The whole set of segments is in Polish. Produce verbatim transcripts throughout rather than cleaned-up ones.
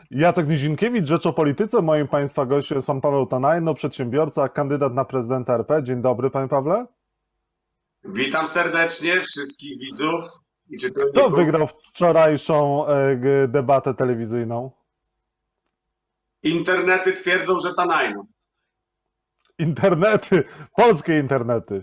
Jacek Nizinkiewicz, Rzecz o Polityce. Moim Państwa gościem jest Pan Paweł Tanajno, przedsiębiorca, kandydat na prezydenta R P. Dzień dobry, Panie Pawle. Witam serdecznie wszystkich widzów i Kto czytelników. wygrał wczorajszą e, g- debatę telewizyjną? Internety twierdzą, że Tanajno. Internety, polskie internety.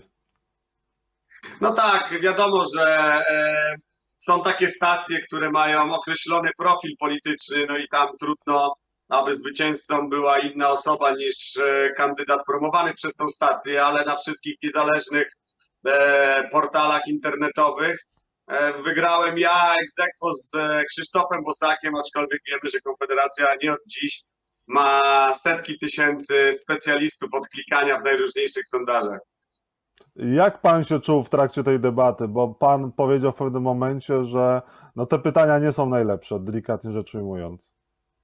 No tak, wiadomo, że e, są takie stacje, które mają określony profil polityczny, no i tam trudno, aby zwycięzcą była inna osoba niż e, kandydat promowany przez tą stację, ale na wszystkich niezależnych e, portalach internetowych e, wygrałem ja ex aequo z e, Krzysztofem Bosakiem, aczkolwiek wiemy, że Konfederacja nie od dziś ma setki tysięcy specjalistów od klikania w najróżniejszych sondażach. Jak Pan się czuł w trakcie tej debaty? Bo Pan powiedział w pewnym momencie, że no, te pytania nie są najlepsze, delikatnie rzecz ujmując.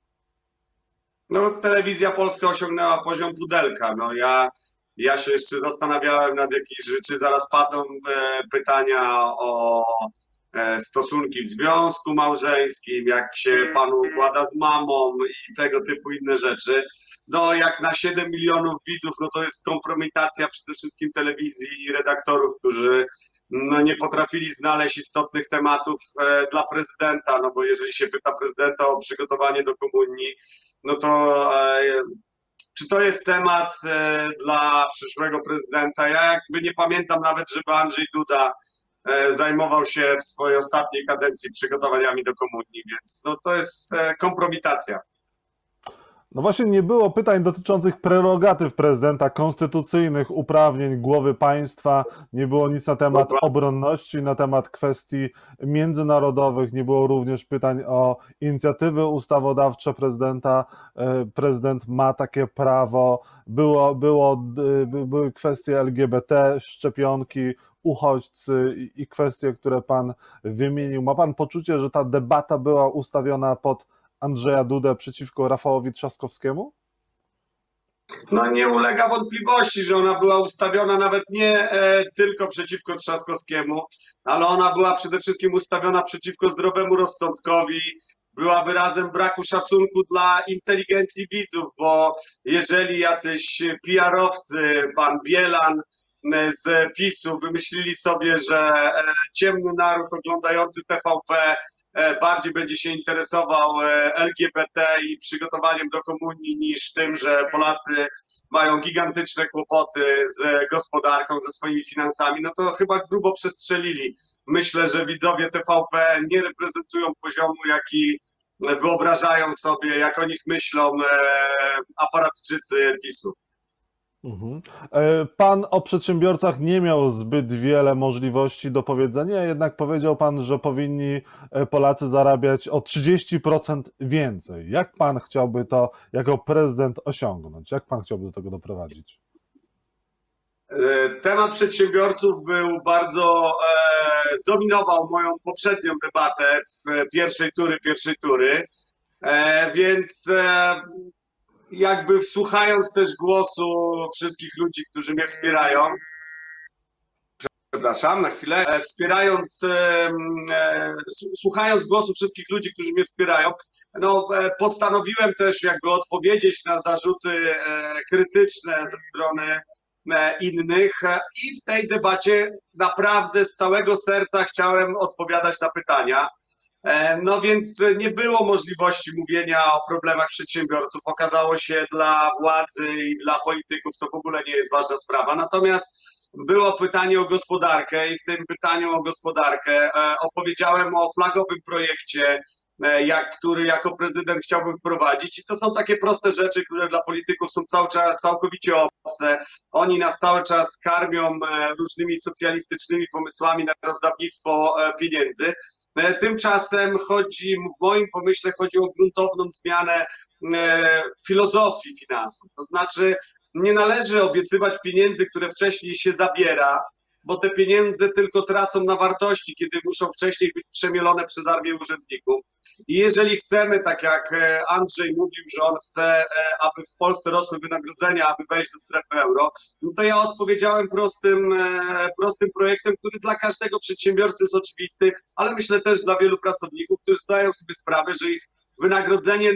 No, telewizja polska osiągnęła poziom pudelka. No, ja, ja się jeszcze zastanawiałem nad jakieś rzeczy. Zaraz padną e, pytania o e, stosunki w związku małżeńskim, jak się panu układa z mamą i tego typu inne rzeczy. No, jak na siedem milionów widzów, no to jest kompromitacja przede wszystkim telewizji i redaktorów, którzy no, nie potrafili znaleźć istotnych tematów e, dla prezydenta, no bo jeżeli się pyta prezydenta o przygotowanie do komunii, no to e, czy to jest temat e, dla przyszłego prezydenta? Ja jakby nie pamiętam nawet, żeby Andrzej Duda e, zajmował się w swojej ostatniej kadencji przygotowaniami do komunii, więc no, to jest e, kompromitacja. No właśnie nie było pytań dotyczących prerogatyw prezydenta, konstytucyjnych uprawnień głowy państwa, nie było nic na temat obronności, na temat kwestii międzynarodowych, nie było również pytań o inicjatywy ustawodawcze prezydenta. E, Prezydent ma takie prawo, było, było, by- były kwestie L G B T, szczepionki, uchodźcy i i kwestie, które Pan wymienił. Ma Pan poczucie, że ta debata była ustawiona pod Andrzeja Dudę przeciwko Rafałowi Trzaskowskiemu? No nie ulega wątpliwości, że ona była ustawiona nawet nie e, tylko przeciwko Trzaskowskiemu, ale ona była przede wszystkim ustawiona przeciwko zdrowemu rozsądkowi, była wyrazem braku szacunku dla inteligencji widzów, bo jeżeli jacyś P R-owcy, pan Bielan e, z PiSu wymyślili sobie, że e, ciemny naród oglądający T V P e, bardziej będzie się interesował e, L G B T i przygotowaniem do komunii niż tym, że Polacy mają gigantyczne kłopoty z gospodarką, ze swoimi finansami, no to chyba grubo przestrzelili. Myślę, że widzowie T V P nie reprezentują poziomu, jaki wyobrażają sobie, jak o nich myślą e, aparatczycy PiSu. Mhm. E, Pan o przedsiębiorcach nie miał zbyt wiele możliwości do powiedzenia, jednak powiedział Pan, że powinni e, Polacy zarabiać o trzydzieści procent więcej. Jak Pan chciałby to jako prezydent osiągnąć? Jak Pan chciałby do tego doprowadzić? E, Temat przedsiębiorców był bardzo, e, zdominował moją poprzednią debatę w pierwszej tury, pierwszej tury, e, więc e, jakby wsłuchając też głosu wszystkich ludzi, którzy mnie wspierają, przepraszam, na chwilę, e, wspierając, e, e, słuchając głosu wszystkich ludzi, którzy mnie wspierają, no, e, postanowiłem też jakby odpowiedzieć na zarzuty e, krytyczne ze strony e, innych e, i w tej debacie naprawdę z całego serca chciałem odpowiadać na pytania. E, No więc nie było możliwości mówienia o problemach przedsiębiorców. Okazało się, dla władzy i dla polityków to w ogóle nie jest ważna sprawa. Natomiast było pytanie o gospodarkę i w tym pytaniu o gospodarkę e, opowiedziałem o flagowym projekcie, e, jak, który jako prezydent chciałbym wprowadzić. I to są takie proste rzeczy, które dla polityków są cały czas całkowicie obce. Oni nas cały czas karmią e, różnymi socjalistycznymi pomysłami na rozdawnictwo e, pieniędzy. E, Tymczasem chodzi, w moim pomyśle chodzi o gruntowną zmianę e, filozofii finansów. To znaczy nie należy obiecywać pieniędzy, które wcześniej się zabiera, bo te pieniądze tylko tracą na wartości, kiedy muszą wcześniej być przemielone przez armię urzędników. I jeżeli chcemy, tak jak e, Andrzej mówił, że on chce, e, aby w Polsce rosły wynagrodzenia, aby wejść do strefy euro, no to ja odpowiedziałem prostym, e, prostym projektem, który dla każdego przedsiębiorcy jest oczywisty, ale myślę też dla wielu pracowników, którzy zdają sobie sprawę, że ich wynagrodzenie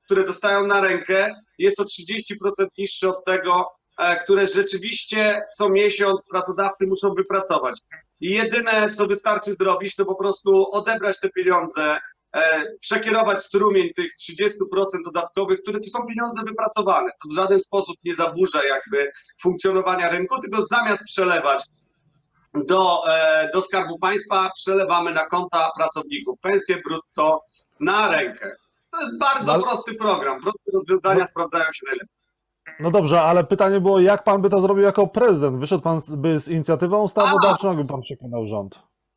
które dostają na rękę, jest o trzydzieści procent niższe od tego, które rzeczywiście co miesiąc pracodawcy muszą wypracować. I jedyne, co wystarczy zrobić, to po prostu odebrać te pieniądze, przekierować strumień tych trzydzieści procent dodatkowych, które to są pieniądze wypracowane. To w żaden sposób nie zaburza jakby funkcjonowania rynku, tylko zamiast przelewać do, do Skarbu Państwa, przelewamy na konta pracowników pensje brutto na rękę. To jest bardzo no, prosty program, proste rozwiązania no, sprawdzają się najlepiej. No dobrze, ale pytanie było, jak pan by to zrobił jako prezydent? Wyszedł pan by z inicjatywą ustawodawczą, jakby pan przekonał rząd?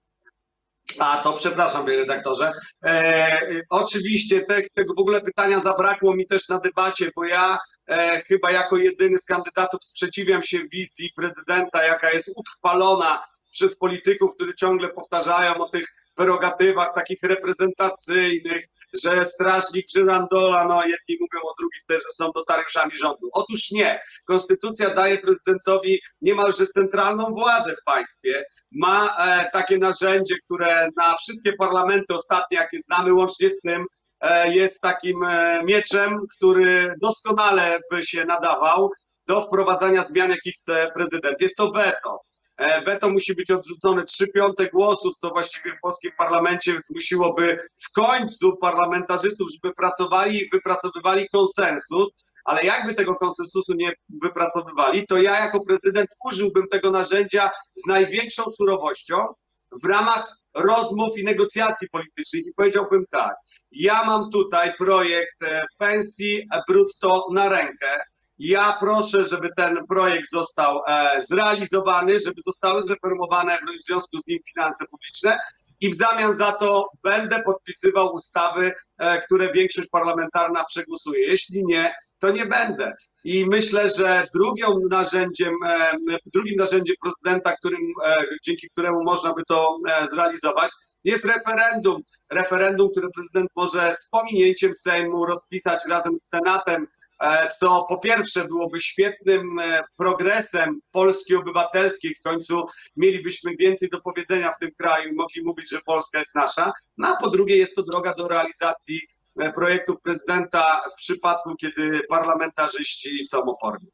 A to przepraszam, panie redaktorze. E, oczywiście te, tego w ogóle pytania zabrakło mi też na debacie, bo ja e, chyba jako jedyny z kandydatów sprzeciwiam się wizji prezydenta, jaka jest utrwalona przez polityków, którzy ciągle powtarzają o tych prerogatywach takich reprezentacyjnych, że strażnik żyrandola, no jedni mówią o drugich też, że są notariuszami rządu. Otóż nie. Konstytucja daje prezydentowi niemalże centralną władzę w państwie. Ma e, takie narzędzie, które na wszystkie parlamenty ostatnie, jakie znamy, łącznie z tym, e, jest takim e, mieczem, który doskonale by się nadawał do wprowadzania zmian, jakich chce prezydent. Jest to weto. Weto musi być odrzucone trzy piąte głosów, co właściwie w polskim parlamencie zmusiłoby w końcu parlamentarzystów, żeby pracowali i wypracowywali konsensus, ale jakby tego konsensusu nie wypracowywali, to ja jako prezydent użyłbym tego narzędzia z największą surowością w ramach rozmów i negocjacji politycznych i powiedziałbym tak, ja mam tutaj projekt pensji brutto na rękę. Ja proszę, żeby ten projekt został e, zrealizowany, żeby zostały zreformowane w związku z nim finanse publiczne i w zamian za to będę podpisywał ustawy, e, które większość parlamentarna przegłosuje. Jeśli nie, to nie będę. I myślę, że drugim narzędziem, e, drugim narzędziem prezydenta, którym, e, dzięki któremu można by to e, zrealizować, jest referendum. Referendum, które prezydent może z pominięciem Sejmu rozpisać razem z Senatem, co po pierwsze byłoby świetnym progresem Polski obywatelskiej, w końcu mielibyśmy więcej do powiedzenia w tym kraju i mogli mówić, że Polska jest nasza, no a po drugie jest to droga do realizacji projektów prezydenta w przypadku, kiedy parlamentarzyści są oporni.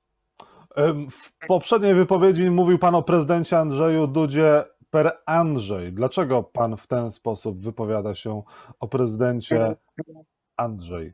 W poprzedniej wypowiedzi mówił pan o prezydencie Andrzeju Dudzie per Andrzej. Dlaczego pan w ten sposób wypowiada się o prezydencie Andrzej?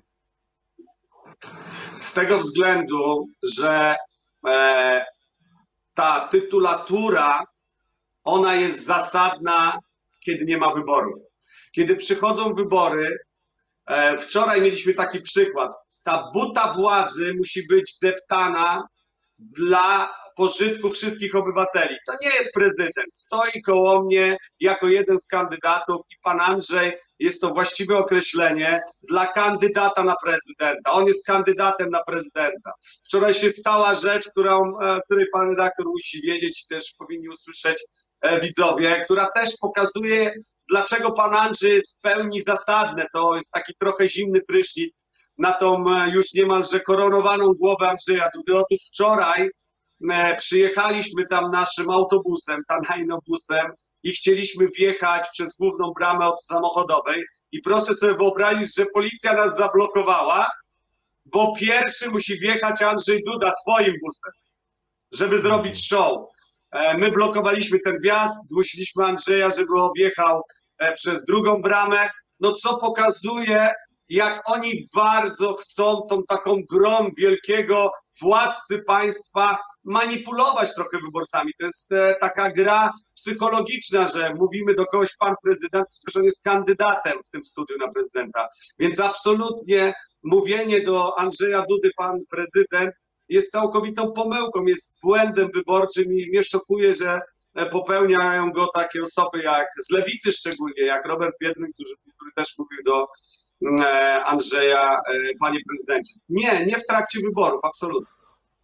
Z tego względu, że e, ta tytulatura, ona jest zasadna, kiedy nie ma wyborów. Kiedy przychodzą wybory, e, wczoraj mieliśmy taki przykład, ta buta władzy musi być deptana dla pożytku wszystkich obywateli. To nie jest prezydent. Stoi koło mnie jako jeden z kandydatów i pan Andrzej jest to właściwe określenie dla kandydata na prezydenta. On jest kandydatem na prezydenta. Wczoraj się stała rzecz, którą, której pan redaktor musi wiedzieć i też powinni usłyszeć widzowie, która też pokazuje, dlaczego pan Andrzej jest w pełni zasadne. To jest taki trochę zimny prysznic na tą już niemalże koronowaną głowę Andrzeja Dudy. Otóż wczoraj przyjechaliśmy tam naszym autobusem, tanajnobusem i chcieliśmy wjechać przez główną bramę od samochodowej i proszę sobie wyobrazić, że policja nas zablokowała, bo pierwszy musi wjechać Andrzej Duda swoim busem, żeby zrobić show. My blokowaliśmy ten wjazd, zmusiliśmy Andrzeja, żeby objechał przez drugą bramę, no co pokazuje, jak oni bardzo chcą tą taką grą wielkiego władcy państwa manipulować trochę wyborcami. To jest e, taka gra psychologiczna, że mówimy do kogoś pan prezydent, że on jest kandydatem w tym studiu na prezydenta. Więc absolutnie mówienie do Andrzeja Dudy pan prezydent jest całkowitą pomyłką, jest błędem wyborczym i mnie szokuje, że popełniają go takie osoby jak z lewicy szczególnie, jak Robert Biedroń, który, który też mówił do Andrzeja, panie prezydencie. Nie, nie w trakcie wyborów, absolutnie.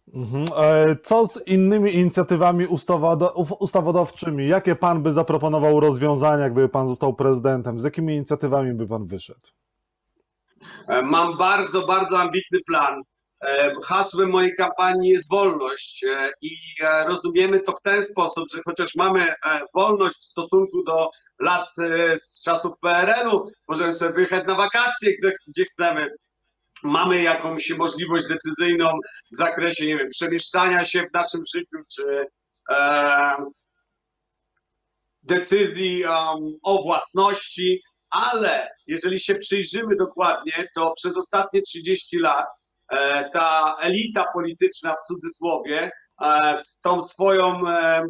Co z innymi inicjatywami ustawodawczymi? Jakie pan by zaproponował rozwiązania, gdyby pan został prezydentem? Z jakimi inicjatywami by pan wyszedł? Mam bardzo, bardzo ambitny plan. Hasłem mojej kampanii jest wolność i rozumiemy to w ten sposób, że chociaż mamy wolność w stosunku do lat z czasów P R L u, możemy sobie wyjechać na wakacje, gdzie chcemy, mamy jakąś możliwość decyzyjną w zakresie, nie wiem, przemieszczania się w naszym życiu, czy e, decyzji um, o własności, ale jeżeli się przyjrzymy dokładnie, to przez ostatnie trzydzieści lat e, ta elita polityczna w cudzysłowie e, z tą swoją e,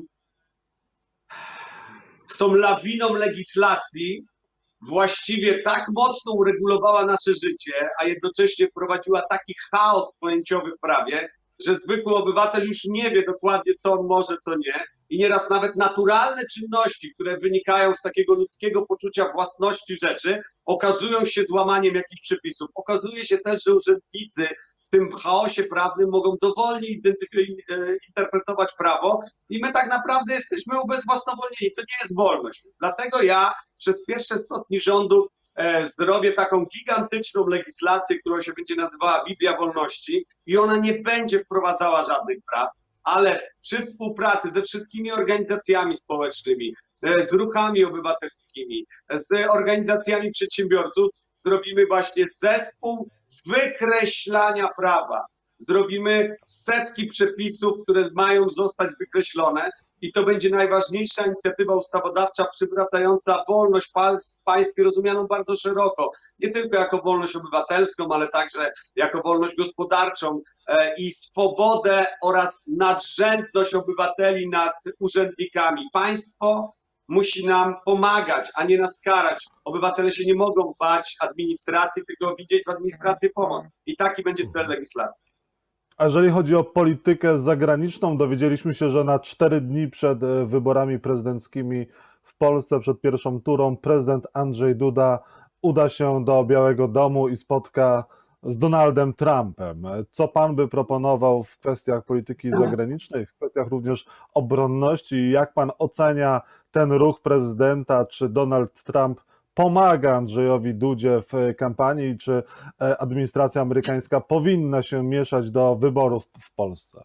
z tą lawiną legislacji właściwie tak mocno uregulowała nasze życie, a jednocześnie wprowadziła taki chaos pojęciowy w prawie, że zwykły obywatel już nie wie dokładnie, co on może, co nie. I nieraz nawet naturalne czynności, które wynikają z takiego ludzkiego poczucia własności rzeczy, okazują się złamaniem jakichś przepisów. Okazuje się też, że urzędnicy w tym chaosie prawnym mogą dowolnie interpretować prawo i my tak naprawdę jesteśmy ubezwłasnowolnieni. To nie jest wolność. Dlatego ja przez pierwsze sto dni rządów e, zrobię taką gigantyczną legislację, która się będzie nazywała Biblia Wolności i ona nie będzie wprowadzała żadnych praw, ale przy współpracy ze wszystkimi organizacjami społecznymi, e, z ruchami obywatelskimi, z organizacjami przedsiębiorców zrobimy właśnie zespół wykreślania prawa. Zrobimy setki przepisów, które mają zostać wykreślone i to będzie najważniejsza inicjatywa ustawodawcza przywracająca wolność w państwie rozumianą bardzo szeroko. Nie tylko jako wolność obywatelską, ale także jako wolność gospodarczą i swobodę oraz nadrzędność obywateli nad urzędnikami. Państwo musi nam pomagać, a nie nas karać. Obywatele się nie mogą bać administracji, tylko widzieć w administracji pomoc. I taki będzie cel legislacji. A jeżeli chodzi o politykę zagraniczną, dowiedzieliśmy się, że na cztery dni przed wyborami prezydenckimi w Polsce, przed pierwszą turą, prezydent Andrzej Duda uda się do Białego Domu i spotka z Donaldem Trumpem. Co pan by proponował w kwestiach polityki zagranicznej, w kwestiach również obronności? Jak pan ocenia ten ruch prezydenta? Czy Donald Trump pomaga Andrzejowi Dudzie w kampanii? Czy administracja amerykańska powinna się mieszać do wyborów w Polsce?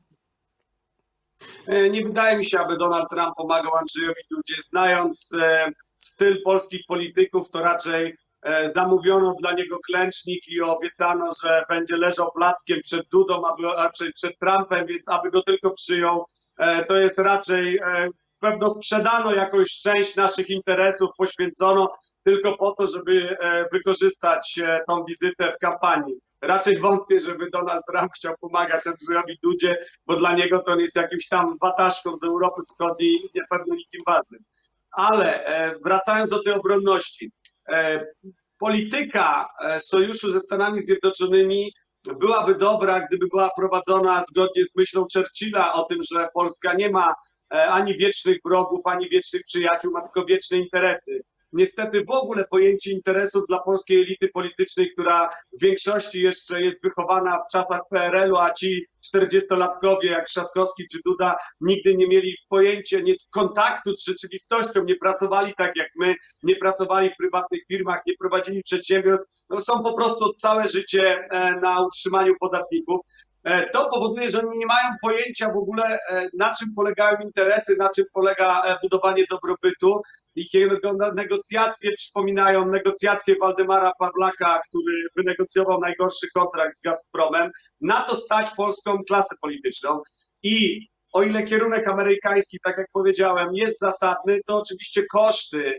Nie wydaje mi się, aby Donald Trump pomagał Andrzejowi Dudzie. Znając styl polskich polityków, to raczej zamówiono dla niego klęcznik i obiecano, że będzie leżał plackiem przed Dudą, aby, przed, przed Trumpem, więc aby go tylko przyjął. To jest raczej pewno sprzedano jakąś część naszych interesów, poświęcono tylko po to, żeby wykorzystać tą wizytę w kampanii. Raczej wątpię, żeby Donald Trump chciał pomagać Andrzejowi Dudzie, bo dla niego to on jest jakimś tam wataszką z Europy Wschodniej i na pewno nikim ważnym. Ale wracając do tej obronności, polityka sojuszu ze Stanami Zjednoczonymi byłaby dobra, gdyby była prowadzona zgodnie z myślą Churchilla o tym, że Polska nie ma ani wiecznych wrogów, ani wiecznych przyjaciół, ma tylko wieczne interesy. Niestety w ogóle pojęcie interesów dla polskiej elity politycznej, która w większości jeszcze jest wychowana w czasach P R L u, a ci czterdziestolatkowie jak Trzaskowski czy Duda nigdy nie mieli pojęcia nie, kontaktu z rzeczywistością, nie pracowali tak jak my, nie pracowali w prywatnych firmach, nie prowadzili przedsiębiorstw, no są po prostu całe życie na utrzymaniu podatników. To powoduje, że oni nie mają pojęcia w ogóle, na czym polegają interesy, na czym polega budowanie dobrobytu. Ich negocjacje przypominają negocjacje Waldemara Pawlaka, który wynegocjował najgorszy kontrakt z Gazpromem. Na to stać polską klasę polityczną. I o ile kierunek amerykański, tak jak powiedziałem, jest zasadny, to oczywiście koszty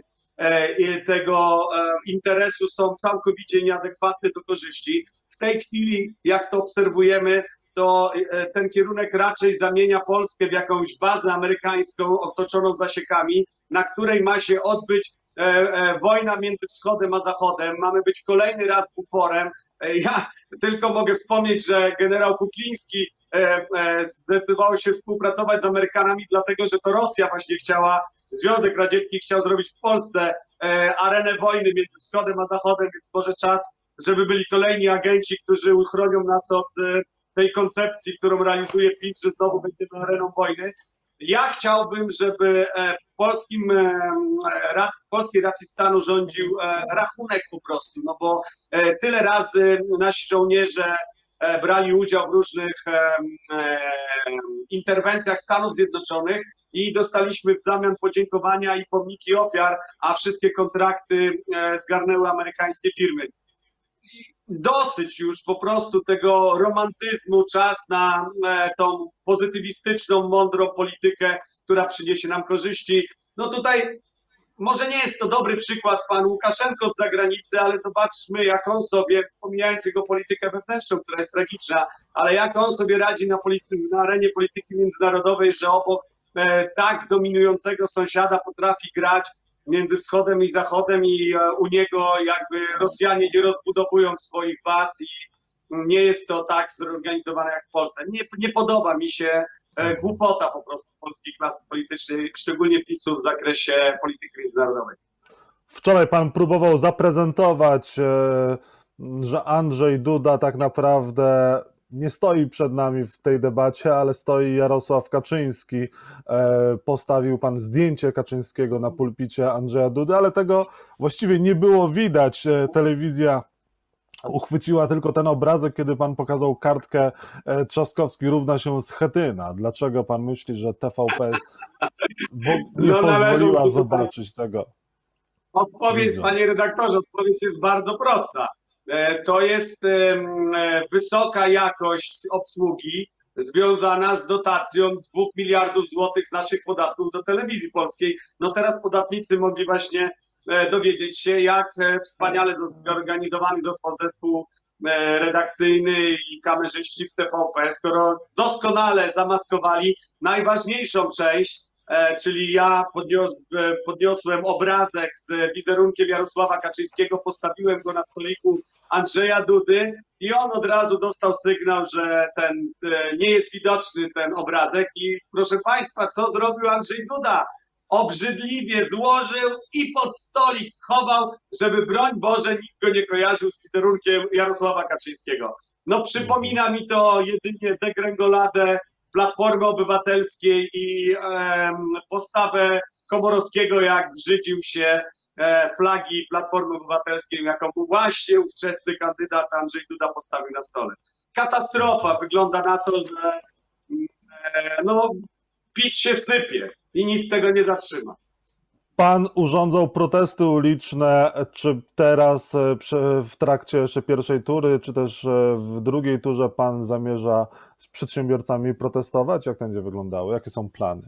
tego interesu są całkowicie nieadekwatne do korzyści. W tej chwili, jak to obserwujemy, to ten kierunek raczej zamienia Polskę w jakąś bazę amerykańską otoczoną zasiekami, na której ma się odbyć wojna między wschodem a zachodem. Mamy być kolejny raz buforem. Ja tylko mogę wspomnieć, że generał Kukliński zdecydował się współpracować z Amerykanami, dlatego że to Rosja właśnie chciała, Związek Radziecki chciał zrobić w Polsce arenę wojny między wschodem a zachodem, więc może czas, żeby byli kolejni agenci, którzy uchronią nas od tej koncepcji, którą realizuje PiS, że znowu będziemy areną wojny. Ja chciałbym, żeby w, polskim, w polskiej racji stanu rządził rachunek po prostu, no bo tyle razy nasi żołnierze brali udział w różnych interwencjach Stanów Zjednoczonych i dostaliśmy w zamian podziękowania i pomniki ofiar, a wszystkie kontrakty zgarnęły amerykańskie firmy. dosyć już po prostu tego romantyzmu, czas na tą pozytywistyczną, mądrą politykę, która przyniesie nam korzyści. No tutaj może nie jest to dobry przykład pan Łukaszenko z zagranicy, ale zobaczmy, jak on sobie, pomijając jego politykę wewnętrzną, która jest tragiczna, ale jak on sobie radzi na, polity- na arenie polityki międzynarodowej, że obok e, tak dominującego sąsiada potrafi grać między wschodem i zachodem i e, u niego jakby Rosjanie nie rozbudowują swoich baz i nie jest to tak zorganizowane jak w Polsce. Nie, nie podoba mi się e, głupota po prostu polskiej klasy politycznej, szczególnie PiSu w zakresie polityki międzynarodowej. Wczoraj pan próbował zaprezentować, e, że Andrzej Duda tak naprawdę nie stoi przed nami w tej debacie, ale stoi Jarosław Kaczyński. E, Postawił pan zdjęcie Kaczyńskiego na pulpicie Andrzeja Dudy, ale tego właściwie nie było widać. E, Telewizja uchwyciła tylko ten obrazek, kiedy pan pokazał kartkę e, Trzaskowski równa się Schetyna. Dlaczego pan myśli, że T V P w- nie No, należą pozwoliła tutaj- zobaczyć tego? Odpowiedź, Widzę. panie redaktorze, odpowiedź jest bardzo prosta. E, To jest em, e, wysoka jakość obsługi związana z dotacją dwóch miliardów złotych z naszych podatków do telewizji polskiej. No teraz podatnicy mogli właśnie e, dowiedzieć się, jak e, wspaniale zorganizowany został zespół e, redakcyjny i kamerzyści w T V P, skoro doskonale zamaskowali najważniejszą część, E, czyli ja podnios, e, podniosłem obrazek z wizerunkiem Jarosława Kaczyńskiego, postawiłem go na stoliku Andrzeja Dudy i on od razu dostał sygnał, że ten e, nie jest widoczny ten obrazek i proszę Państwa, co zrobił Andrzej Duda? Obrzydliwie złożył i pod stolik schował, żeby broń Boże nikt go nie kojarzył z wizerunkiem Jarosława Kaczyńskiego. No przypomina mi to jedynie degrengoladę Platformy Obywatelskiej i e, postawę Komorowskiego, jak brzydził się e, flagi Platformy Obywatelskiej, jaką właśnie ówczesny kandydat Andrzej Duda postawił na stole. Katastrofa. Wygląda na to, że e, no, PiS się sypie i nic tego nie zatrzyma. Pan urządzał protesty uliczne, czy teraz e, przy- w trakcie jeszcze pierwszej tury, czy też e, w drugiej turze pan zamierza z przedsiębiorcami protestować? Jak to będzie wyglądało? Jakie są plany?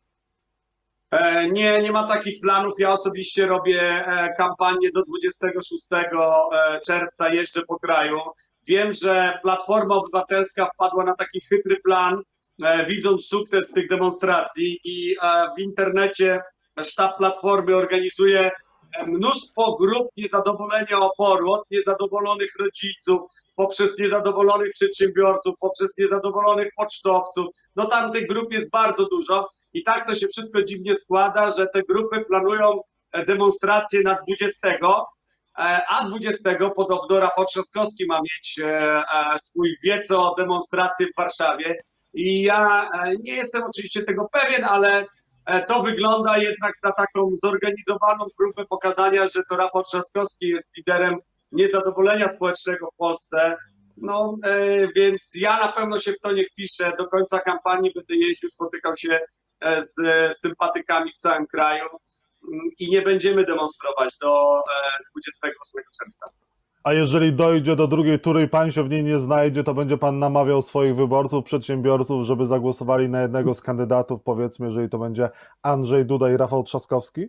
E, Nie, nie ma takich planów. Ja osobiście robię e, kampanię do dwudziestego szóstego e, czerwca, jeżdżę po kraju. Wiem, że Platforma Obywatelska wpadła na taki chytry plan, e, widząc sukces tych demonstracji i e, w internecie sztab Platformy organizuje e, mnóstwo grup niezadowolenia oporu, od niezadowolonych rodziców, poprzez niezadowolonych przedsiębiorców, poprzez niezadowolonych pocztowców. No tam tych grup jest bardzo dużo. I tak to się wszystko dziwnie składa, że te grupy planują demonstracje na dwudziestego, a dwudziestego podobno Rafał Trzaskowski ma mieć swój wieco demonstrację w Warszawie. I ja nie jestem oczywiście tego pewien, ale to wygląda jednak na taką zorganizowaną próbę pokazania, że to Rafał Trzaskowski jest liderem niezadowolenia społecznego w Polsce. No e, więc ja na pewno się w to nie wpiszę. Do końca kampanii będę jeździł, spotykał się e, z sympatykami w całym kraju mm, i nie będziemy demonstrować do e, dwudziestego ósmego czerwca. A jeżeli dojdzie do drugiej tury i pan się w niej nie znajdzie, to będzie pan namawiał swoich wyborców, przedsiębiorców, żeby zagłosowali na jednego z kandydatów, powiedzmy, jeżeli to będzie Andrzej Duda i Rafał Trzaskowski?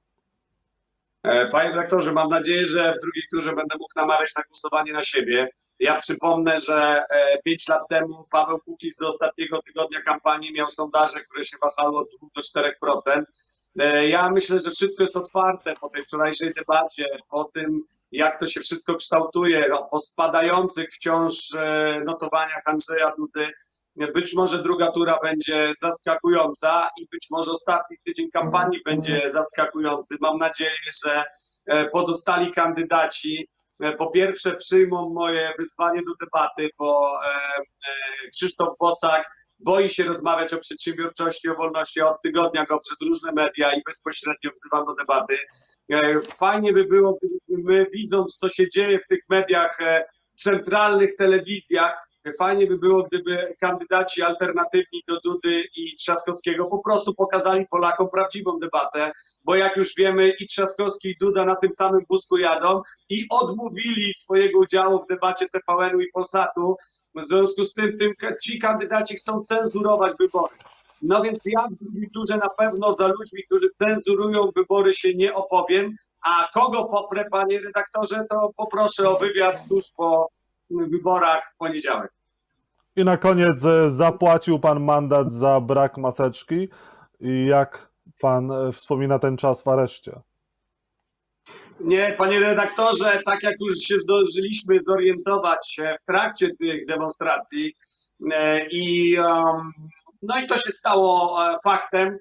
E, Panie redaktorze, mam nadzieję, że w drugiej turze będę mógł namawiać na głosowanie na siebie. Ja przypomnę, że e, pięć lat temu Paweł Kukiz do ostatniego tygodnia kampanii miał sondaże, które się wahały od dwóch do czterech procent. E, Ja myślę, że wszystko jest otwarte po tej wczorajszej debacie, po tym, jak to się wszystko kształtuje, no, po spadających wciąż e, notowaniach Andrzeja Dudy. Być może druga tura będzie zaskakująca i być może ostatni tydzień kampanii będzie zaskakujący. Mam nadzieję, że e, pozostali kandydaci e, po pierwsze przyjmą moje wyzwanie do debaty, bo e, e, Krzysztof Bosak boi się rozmawiać o przedsiębiorczości, o wolności. Ja od tygodnia go przez różne media i bezpośrednio wzywam do debaty. E, Fajnie by było, gdybyśmy my, widząc, co się dzieje w tych mediach, e, centralnych telewizjach, Fajnie by było, gdyby kandydaci alternatywni do Dudy i Trzaskowskiego po prostu pokazali Polakom prawdziwą debatę, bo jak już wiemy, i Trzaskowski, i Duda na tym samym wózku jadą i odmówili swojego udziału w debacie T V N u i Polsatu. W związku z tym, tym ci kandydaci chcą cenzurować wybory. No więc ja w Dudzie na pewno za ludźmi, którzy cenzurują wybory, się nie opowiem. A kogo poprę, panie redaktorze, to poproszę o wywiad tuż po wyborach w poniedziałek. I na koniec, zapłacił pan mandat za brak maseczki i jak pan wspomina ten czas w areszcie? Nie, panie redaktorze, tak jak już się zdążyliśmy zorientować w trakcie tych demonstracji i no i to się stało faktem,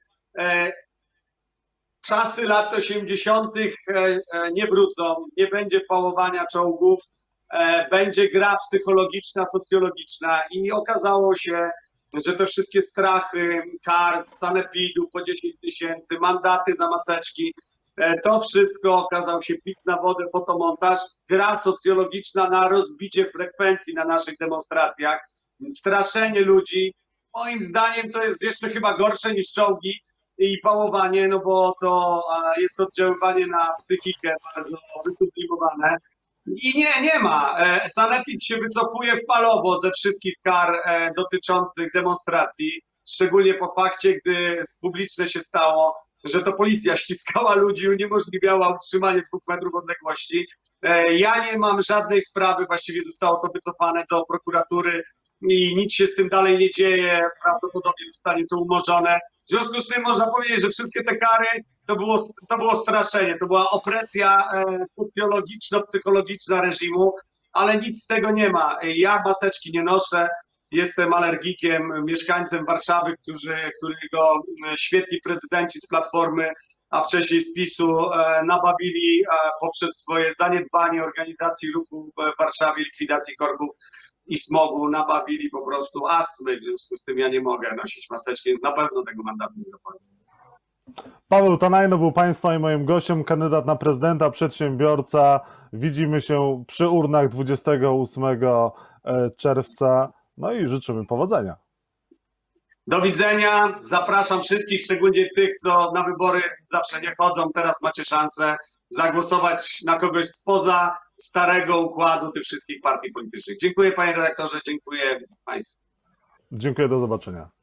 czasy lat osiemdziesiątych nie wrócą, nie będzie pałowania czołgów, będzie gra psychologiczna, socjologiczna i okazało się, że te wszystkie strachy, kar z sanepidu po dziesięć tysięcy, mandaty za maseczki, to wszystko okazał się pic na wodę, fotomontaż, gra socjologiczna na rozbicie frekwencji na naszych demonstracjach, straszenie ludzi. Moim zdaniem to jest jeszcze chyba gorsze niż czołgi i pałowanie, no bo to jest oddziaływanie na psychikę bardzo wysublimowane. I nie, nie ma. Sanepid się wycofuje falowo ze wszystkich kar dotyczących demonstracji, szczególnie po fakcie, gdy publiczne się stało, że to policja ściskała ludzi, uniemożliwiała utrzymanie dwóch metrów odległości. Ja nie mam żadnej sprawy, właściwie zostało to wycofane do prokuratury i nic się z tym dalej nie dzieje, prawdopodobnie zostanie to umorzone. W związku z tym można powiedzieć, że wszystkie te kary to było, to było straszenie, to była opresja socjologiczno-psychologiczna reżimu, ale nic z tego nie ma. Ja maseczki nie noszę, jestem alergikiem, mieszkańcem Warszawy, który, którego świetni prezydenci z Platformy, a wcześniej z PiSu nabawili poprzez swoje zaniedbanie organizacji ruchu w Warszawie, likwidacji korków i smogu, nabawili po prostu astmy, w związku z tym ja nie mogę nosić maseczki, więc na pewno tego mandatu nie dopłacę. Paweł Tanajno był państwa i moim gościem, kandydat na prezydenta, przedsiębiorca. Widzimy się przy urnach dwudziestego ósmego czerwca. No i życzymy powodzenia. Do widzenia. Zapraszam wszystkich, szczególnie tych, co na wybory zawsze nie chodzą. Teraz macie szansę zagłosować na kogoś spoza starego układu tych wszystkich partii politycznych. Dziękuję, panie redaktorze, dziękuję państwu. Dziękuję, do zobaczenia.